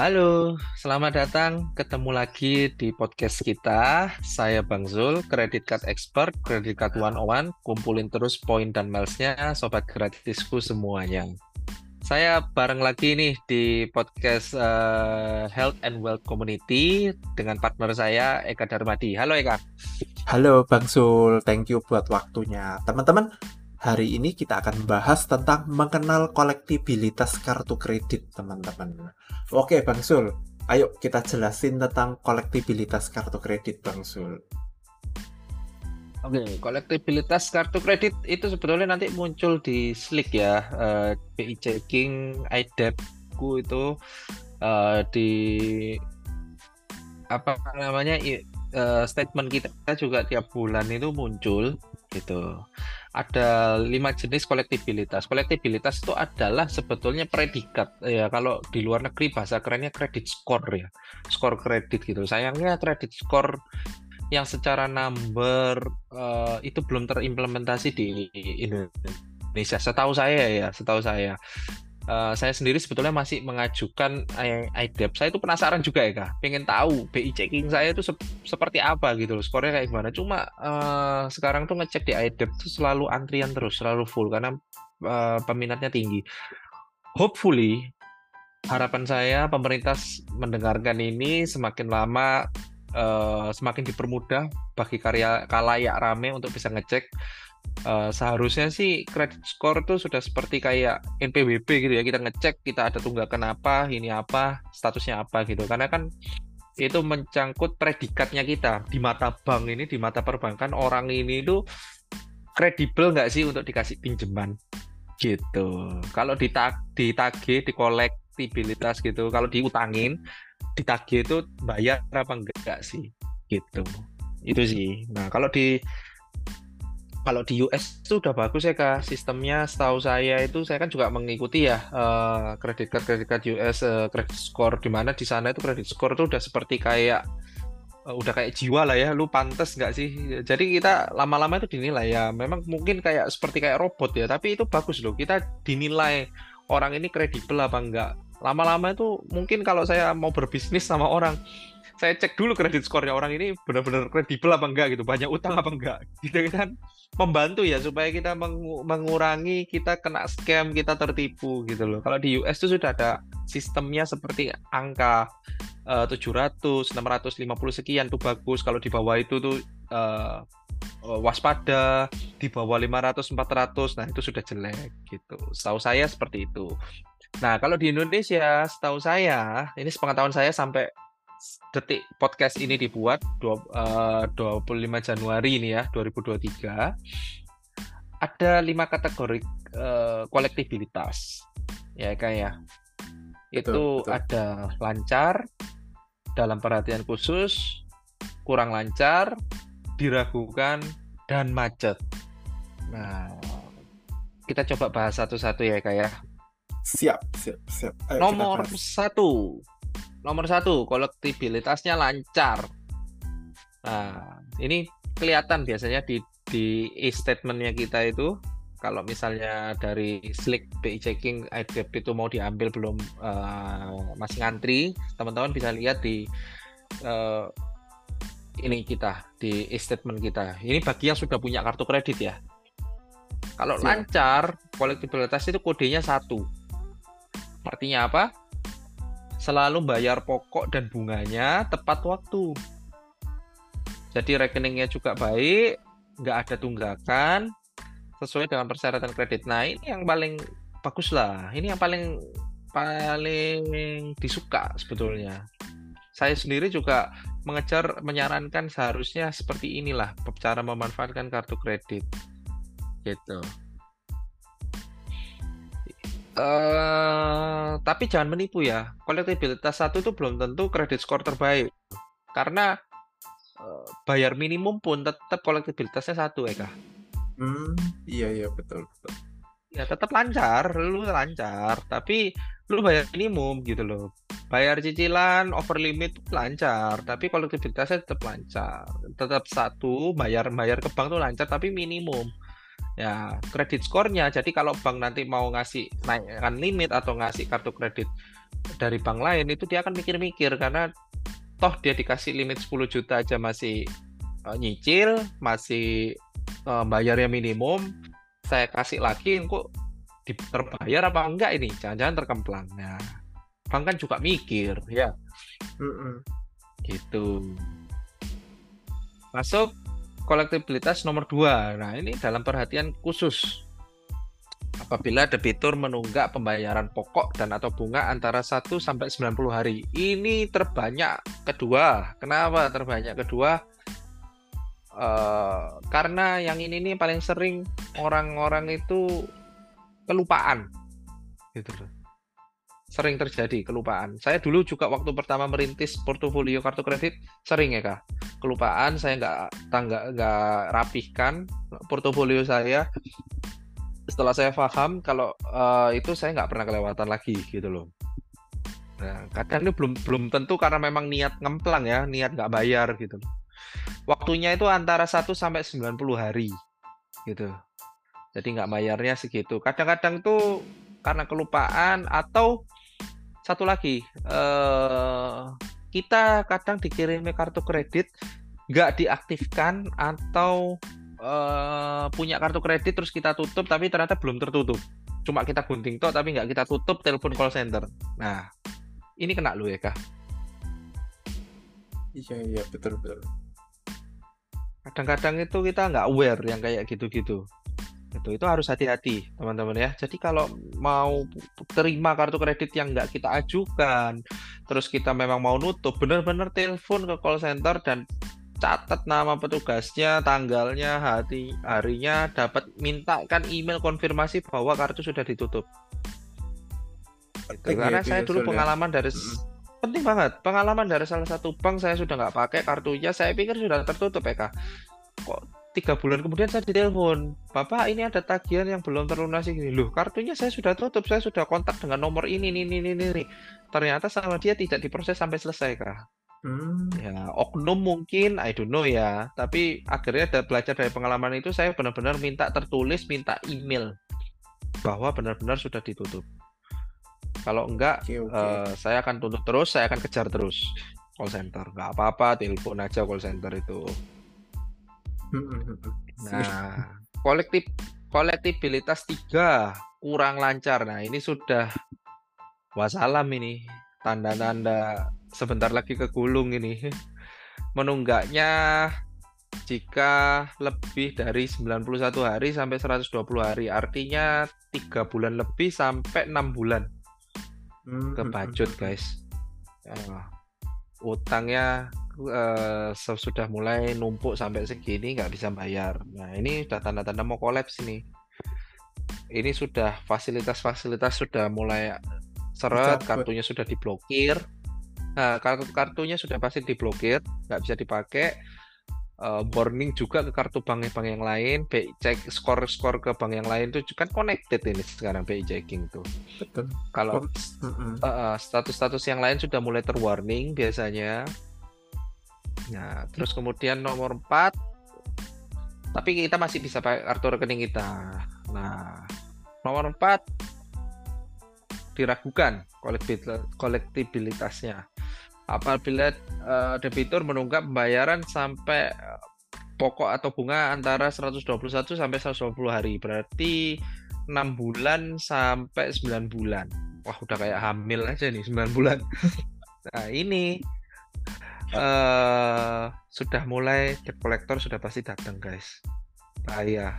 Halo, selamat datang. Ketemu lagi di podcast kita. Saya Bang Zul, Credit Card Expert, Credit Card 101. Kumpulin terus poin dan milesnya, sobat gratisku semuanya. Saya bareng lagi nih di podcast Health and Wealth Community dengan partner saya Eka Darmadi. Halo Eka. Halo Bang Sul, thank you buat waktunya. Teman-teman, hari ini kita akan bahas tentang mengenal kolektibilitas kartu kredit, teman-teman. Oke, Bang Sul, ayo kita jelasin tentang kolektibilitas kartu kredit, Bang Sul. Oke, kolektibilitas kartu kredit itu sebetulnya nanti muncul di Slick ya, BI Checking, iDebt-ku itu di apa namanya statement kita juga tiap bulan itu muncul gitu. Ada 5 jenis kolektibilitas. Kolektibilitas itu adalah sebetulnya predikat ya, kalau di luar negeri bahasa kerennya credit score ya, skor kredit gitu. Sayangnya credit score yang secara number itu belum terimplementasi di Indonesia. Setahu saya. Saya sendiri sebetulnya masih mengajukan iDebt. Saya itu penasaran juga ya, Kak. Pengen tahu BI checking saya itu seperti apa gitu loh, skornya kayak gimana. Cuma sekarang tuh ngecek di iDebt tuh selalu antrian terus, selalu full karena peminatnya tinggi. Hopefully, harapan saya pemerintah mendengarkan ini semakin lama semakin dipermudah bagi karya kalayak rame untuk bisa ngecek. Seharusnya sih credit score tuh sudah seperti kayak NPWP gitu ya, kita ngecek kita ada tunggakan apa, ini apa, statusnya apa gitu. Karena kan itu mencangkut predikatnya kita di mata bank ini, di mata perbankan orang ini itu kredibel nggak sih untuk dikasih pinjaman gitu. Kalau ditagih, dikolektibilitas gitu, kalau diutangin, ditagih itu bayar apa enggak sih gitu. Itu sih. Nah, kalau di US itu udah bagus ya Kak sistemnya. Setahu saya itu saya kan juga mengikuti ya kredit card US, credit score, di mana di sana itu credit score itu udah seperti kayak udah kayak jiwa lah ya, lu pantas nggak sih. Jadi kita lama-lama itu dinilai ya, memang mungkin kayak seperti kayak robot ya, tapi itu bagus loh, kita dinilai orang ini kredibel apa enggak. Lama-lama itu mungkin kalau saya mau berbisnis sama orang, saya cek dulu kredit skornya orang ini benar-benar kredibel apa enggak gitu, banyak utang apa enggak gitu kan, membantu ya supaya kita mengurangi kita kena scam, kita tertipu gitu loh. Kalau di US itu sudah ada sistemnya seperti angka 700, 650 sekian tuh bagus. Kalau di bawah itu tuh eh, waspada, di bawah 500, 400, nah itu sudah jelek gitu. Setahu saya seperti itu. Nah, kalau di Indonesia, setahu saya, ini sepengetahuan saya sampai detik podcast ini dibuat 25 Januari ini ya, 2023, ada 5 kategori kolektibilitas. Ya, kayak Betul, itu betul. ada lancar, dalam perhatian khusus, kurang lancar, diragukan, dan macet. Nah, kita coba bahas satu-satu ya, kayak Siap, siap, siap. Ayo kita nomor bahas. satu. Nomor satu, kolektibilitasnya lancar. Nah, ini kelihatan biasanya di e-statementnya kita itu. Kalau misalnya dari Slick BI Checking iDebt itu mau diambil belum, masih ngantri, teman-teman bisa lihat di eh, ini kita di e-statement kita. Ini bagi yang sudah punya kartu kredit ya. Kalau Siap. lancar, kolektibilitas itu kodenya 1. Artinya apa? Selalu bayar pokok dan bunganya tepat waktu. Jadi rekeningnya juga baik, nggak ada tunggakan, sesuai dengan persyaratan kredit. Nah, ini yang paling bagus lah. Ini yang paling paling disuka sebetulnya. Saya sendiri juga menyarankan seharusnya seperti inilah cara memanfaatkan kartu kredit gitu. Tapi jangan menipu ya. Kolektibilitas 1 itu belum tentu kredit skor terbaik. Karena bayar minimum pun tetap kolektibilitasnya 1 Eka. Hmm, iya, iya, betul, betul. Ya tetap lancar, lu lancar, tapi lu bayar minimum gitu loh. Bayar cicilan over limit lancar, tapi kolektibilitasnya tetap lancar. Tetap 1, bayar bayar ke bank tuh lancar tapi minimum. ya kredit skornya. Jadi kalau bank nanti mau ngasih naikkan limit atau ngasih kartu kredit dari bank lain itu dia akan mikir-mikir karena toh dia dikasih limit 10 juta aja masih nyicil, masih bayarnya minimum. Saya kasih lagi kok terbayar apa enggak ini? Jangan-jangan terkemplang. Nah, bank kan juga mikir, ya Mm-mm. gitu. Masuk kolektibilitas nomor 2. Nah, ini dalam perhatian khusus. Apabila debitur menunggak pembayaran pokok dan atau bunga antara 1 sampai 90 hari. Ini terbanyak kedua. Kenapa terbanyak kedua? Karena yang ini nih paling sering orang-orang itu kelupaan gitu loh. Sering terjadi kelupaan. Saya dulu juga waktu pertama merintis portofolio kartu kredit sering ya Kak. Kelupaan, saya nggak rapihkan portofolio saya. Setelah saya paham kalau itu saya nggak pernah kelewatan lagi gitu loh. Nah, kadang ini belum tentu karena memang niat ngemplang ya, niat nggak bayar gitu loh. Waktunya itu antara 1 sampai 90 hari gitu. Jadi nggak bayarnya segitu. Kadang-kadang tuh karena kelupaan atau satu lagi, kita kadang dikirimnya kartu kredit nggak diaktifkan atau punya kartu kredit terus kita tutup tapi ternyata belum tertutup. Cuma kita gunting toh tapi nggak kita tutup telepon call center. Nah, ini kena lu ya Kak. Iya betul betul. Kadang-kadang itu kita nggak aware yang kayak gitu-gitu. Itu harus hati-hati teman-teman ya. Jadi kalau mau terima kartu kredit yang nggak kita ajukan, terus kita memang mau nutup, benar-benar telepon ke call center dan catat nama petugasnya, tanggalnya, harinya, dapat mintakan email konfirmasi bahwa kartu sudah ditutup. Penting ya Karena itu saya ya dulu Sul ya. pengalaman dari Mm-mm. penting banget, pengalaman dari salah satu bank saya sudah nggak pakai kartunya, saya pikir sudah tertutup ya Kak. Kok 3 bulan kemudian saya ditelepon, Bapak ini ada tagihan yang belum terlunasi gini. Loh, kartunya saya sudah tutup, saya sudah kontak dengan nomor ini. Ternyata sama dia tidak diproses sampai selesai Kak. Hmm. Ya, oknum mungkin, I don't know ya. Tapi akhirnya belajar dari pengalaman itu, saya benar-benar minta tertulis, minta email bahwa benar-benar sudah ditutup. Kalau enggak, Oke. saya akan tuntut terus, saya akan kejar terus call center. Nggak apa-apa, telepon aja call center itu. Mm-mm. Nah, kolektibilitas 3 kurang lancar. Nah, ini sudah wassalam ini. Tanda-tanda sebentar lagi kegulung ini. Menunggaknya jika lebih dari 91 hari sampai 120 hari. Artinya 3 bulan lebih sampai 6 bulan kebacut, Mm-mm. guys. Utangnya sudah mulai numpuk sampai segini nggak bisa bayar. Nah, ini sudah tanda-tanda mau kolaps nih. Ini sudah fasilitas-fasilitas sudah mulai seret, Dicabut. kartunya sudah diblokir. Nah, kartunya sudah pasti diblokir, nggak bisa dipakai. Warning juga ke kartu bank yang lain, BI cek skor ke bank yang lain itu kan connected ini sekarang BI checking tuh. Betul. Kalau Mm-mm. status-status yang lain sudah mulai terwarning biasanya. Nah, terus kemudian nomor 4, tapi kita masih bisa pakai kartu rekening kita. Nah, nomor 4 diragukan kolektibilitasnya. Apabila debitur menunggak pembayaran sampai pokok atau bunga antara 121 sampai 120 hari. Berarti 6 bulan sampai 9 bulan. Wah, udah kayak hamil aja nih 9 bulan. Nah, ini sudah mulai debt collector sudah pasti datang, guys. Bahaya.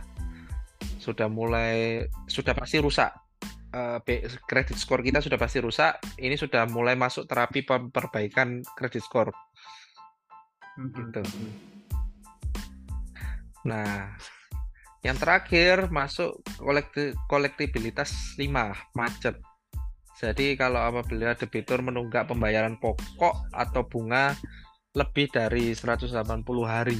Sudah pasti rusak. Kredit skor kita sudah pasti rusak. Ini sudah mulai masuk terapi perbaikan kredit skor. Gitu. Nah, yang terakhir masuk kolektibilitas 5, macet. Jadi kalau apabila debitur menunggak pembayaran pokok atau bunga lebih dari 180 hari.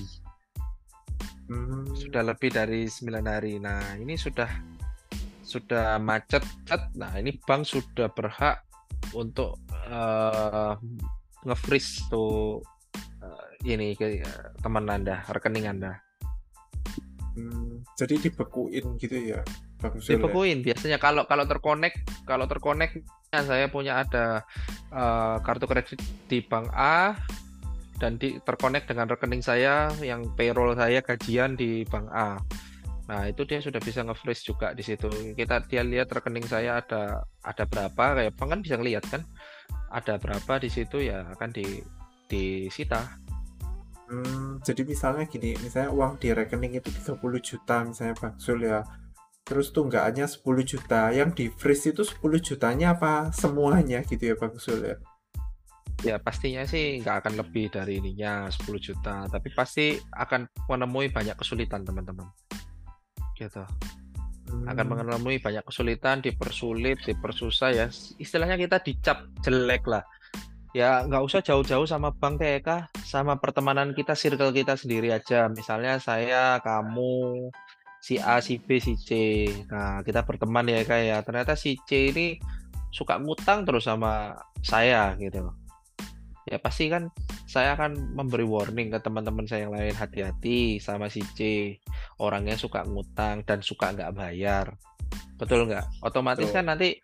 Sudah lebih dari 9 hari. Nah, ini sudah macet. Nah, ini bank sudah berhak untuk nge-freeze tuh ini ke teman Anda, rekening Anda. Jadi dibekuin gitu ya, Bang Zul ya? Dibekuin biasanya kalau terkonek saya punya ada kartu kredit di bank A dan terkonek dengan rekening saya yang payroll saya gajian di bank A. Nah, itu dia sudah bisa nge-freeze juga di situ. Dia lihat rekening saya ada berapa, kayak bank kan bisa ngelihat kan. Ada berapa di situ ya akan disita. Jadi misalnya gini, misalnya uang di rekening itu 30 juta misalnya Bang Zul ya. Terus tunggakannya 10 juta. Yang di freeze itu 10 jutanya apa semuanya gitu ya Bang Zul ya? Ya pastinya sih nggak akan lebih dari ininya 10 juta, tapi pasti akan menemui banyak kesulitan teman-teman. Gitu. Akan Hmm, menemui banyak kesulitan, dipersulit, dipersusah ya. Istilahnya kita dicap jelek lah. Ya nggak usah jauh-jauh sama bank TK, sama pertemanan kita, circle kita sendiri aja. Misalnya saya, kamu, si A, si B, si C. Nah, kita berteman ya kayak ternyata si C ini suka ngutang terus sama saya gitu. Ya pasti kan saya akan memberi warning ke teman-teman saya yang lain, hati-hati sama si C. Orangnya suka ngutang dan suka nggak bayar. Betul nggak? Otomatis betul. kan nanti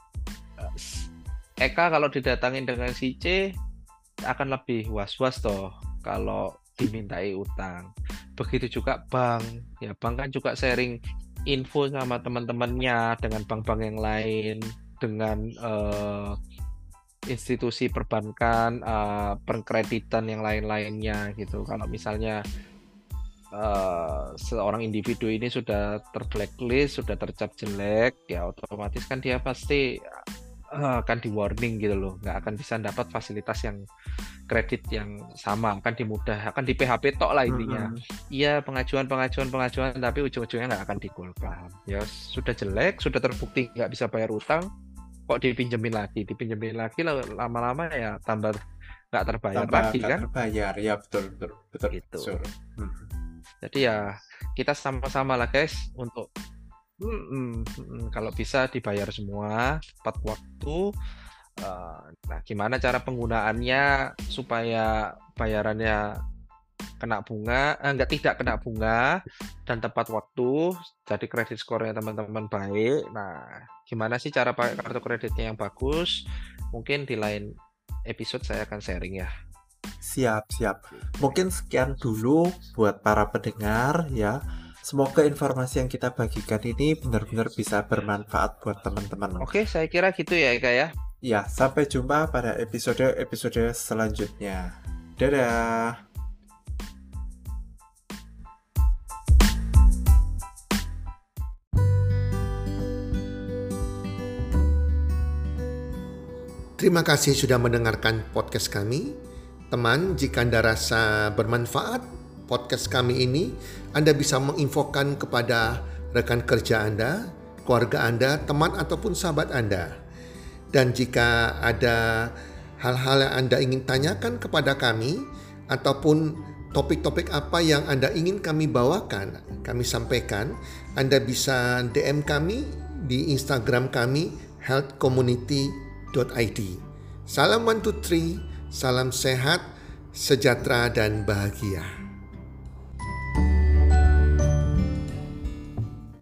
Eka kalau didatangin dengan si C akan lebih was-was toh kalau dimintai utang. Begitu juga bank. Ya bank kan juga sharing info sama teman-temannya dengan bank-bank yang lain, dengan institusi perbankan, perkreditan yang lain-lainnya gitu. Kalau misalnya seorang individu ini sudah terblacklist, sudah tercap jelek, ya otomatis kan dia pasti akan di warning gitu loh, nggak akan bisa dapat fasilitas yang kredit yang sama, akan di PHP tok lah intinya. Mm-mm. Iya pengajuan, tapi ujung-ujungnya nggak akan digolkan. Ya sudah jelek, sudah terbukti nggak bisa bayar utang, kok dipinjemin lagi lama-lama ya tambah nggak terbayar Tambah lagi nggak kan, terbayar ya, betul betul betul Bang gitu. Zul. Mm. Jadi ya kita sama-sama lah guys untuk kalau bisa dibayar semua tepat waktu. Nah, gimana cara penggunaannya supaya bayarannya kena bunga, tidak kena bunga dan tepat waktu, jadi kredit skornya teman-teman baik. Nah, gimana sih cara pakai kartu kreditnya yang bagus? Mungkin di lain episode saya akan sharing ya. Siap, siap. Mungkin sekian dulu buat para pendengar ya. Semoga informasi yang kita bagikan ini benar-benar bisa bermanfaat buat teman-teman. Oke, saya kira gitu ya, Eka ya. Ya, sampai jumpa pada episode-episode selanjutnya. Dadah. Terima kasih sudah mendengarkan podcast kami. Teman, jika Anda rasa bermanfaat podcast kami ini, Anda bisa menginfokan kepada rekan kerja Anda, keluarga Anda, teman ataupun sahabat Anda. Dan jika ada hal-hal yang Anda ingin tanyakan kepada kami, ataupun topik-topik apa yang Anda ingin kami bawakan, kami sampaikan, Anda bisa DM kami di Instagram kami healthcommunity.id. Salam 123, salam sehat, sejahtera dan bahagia.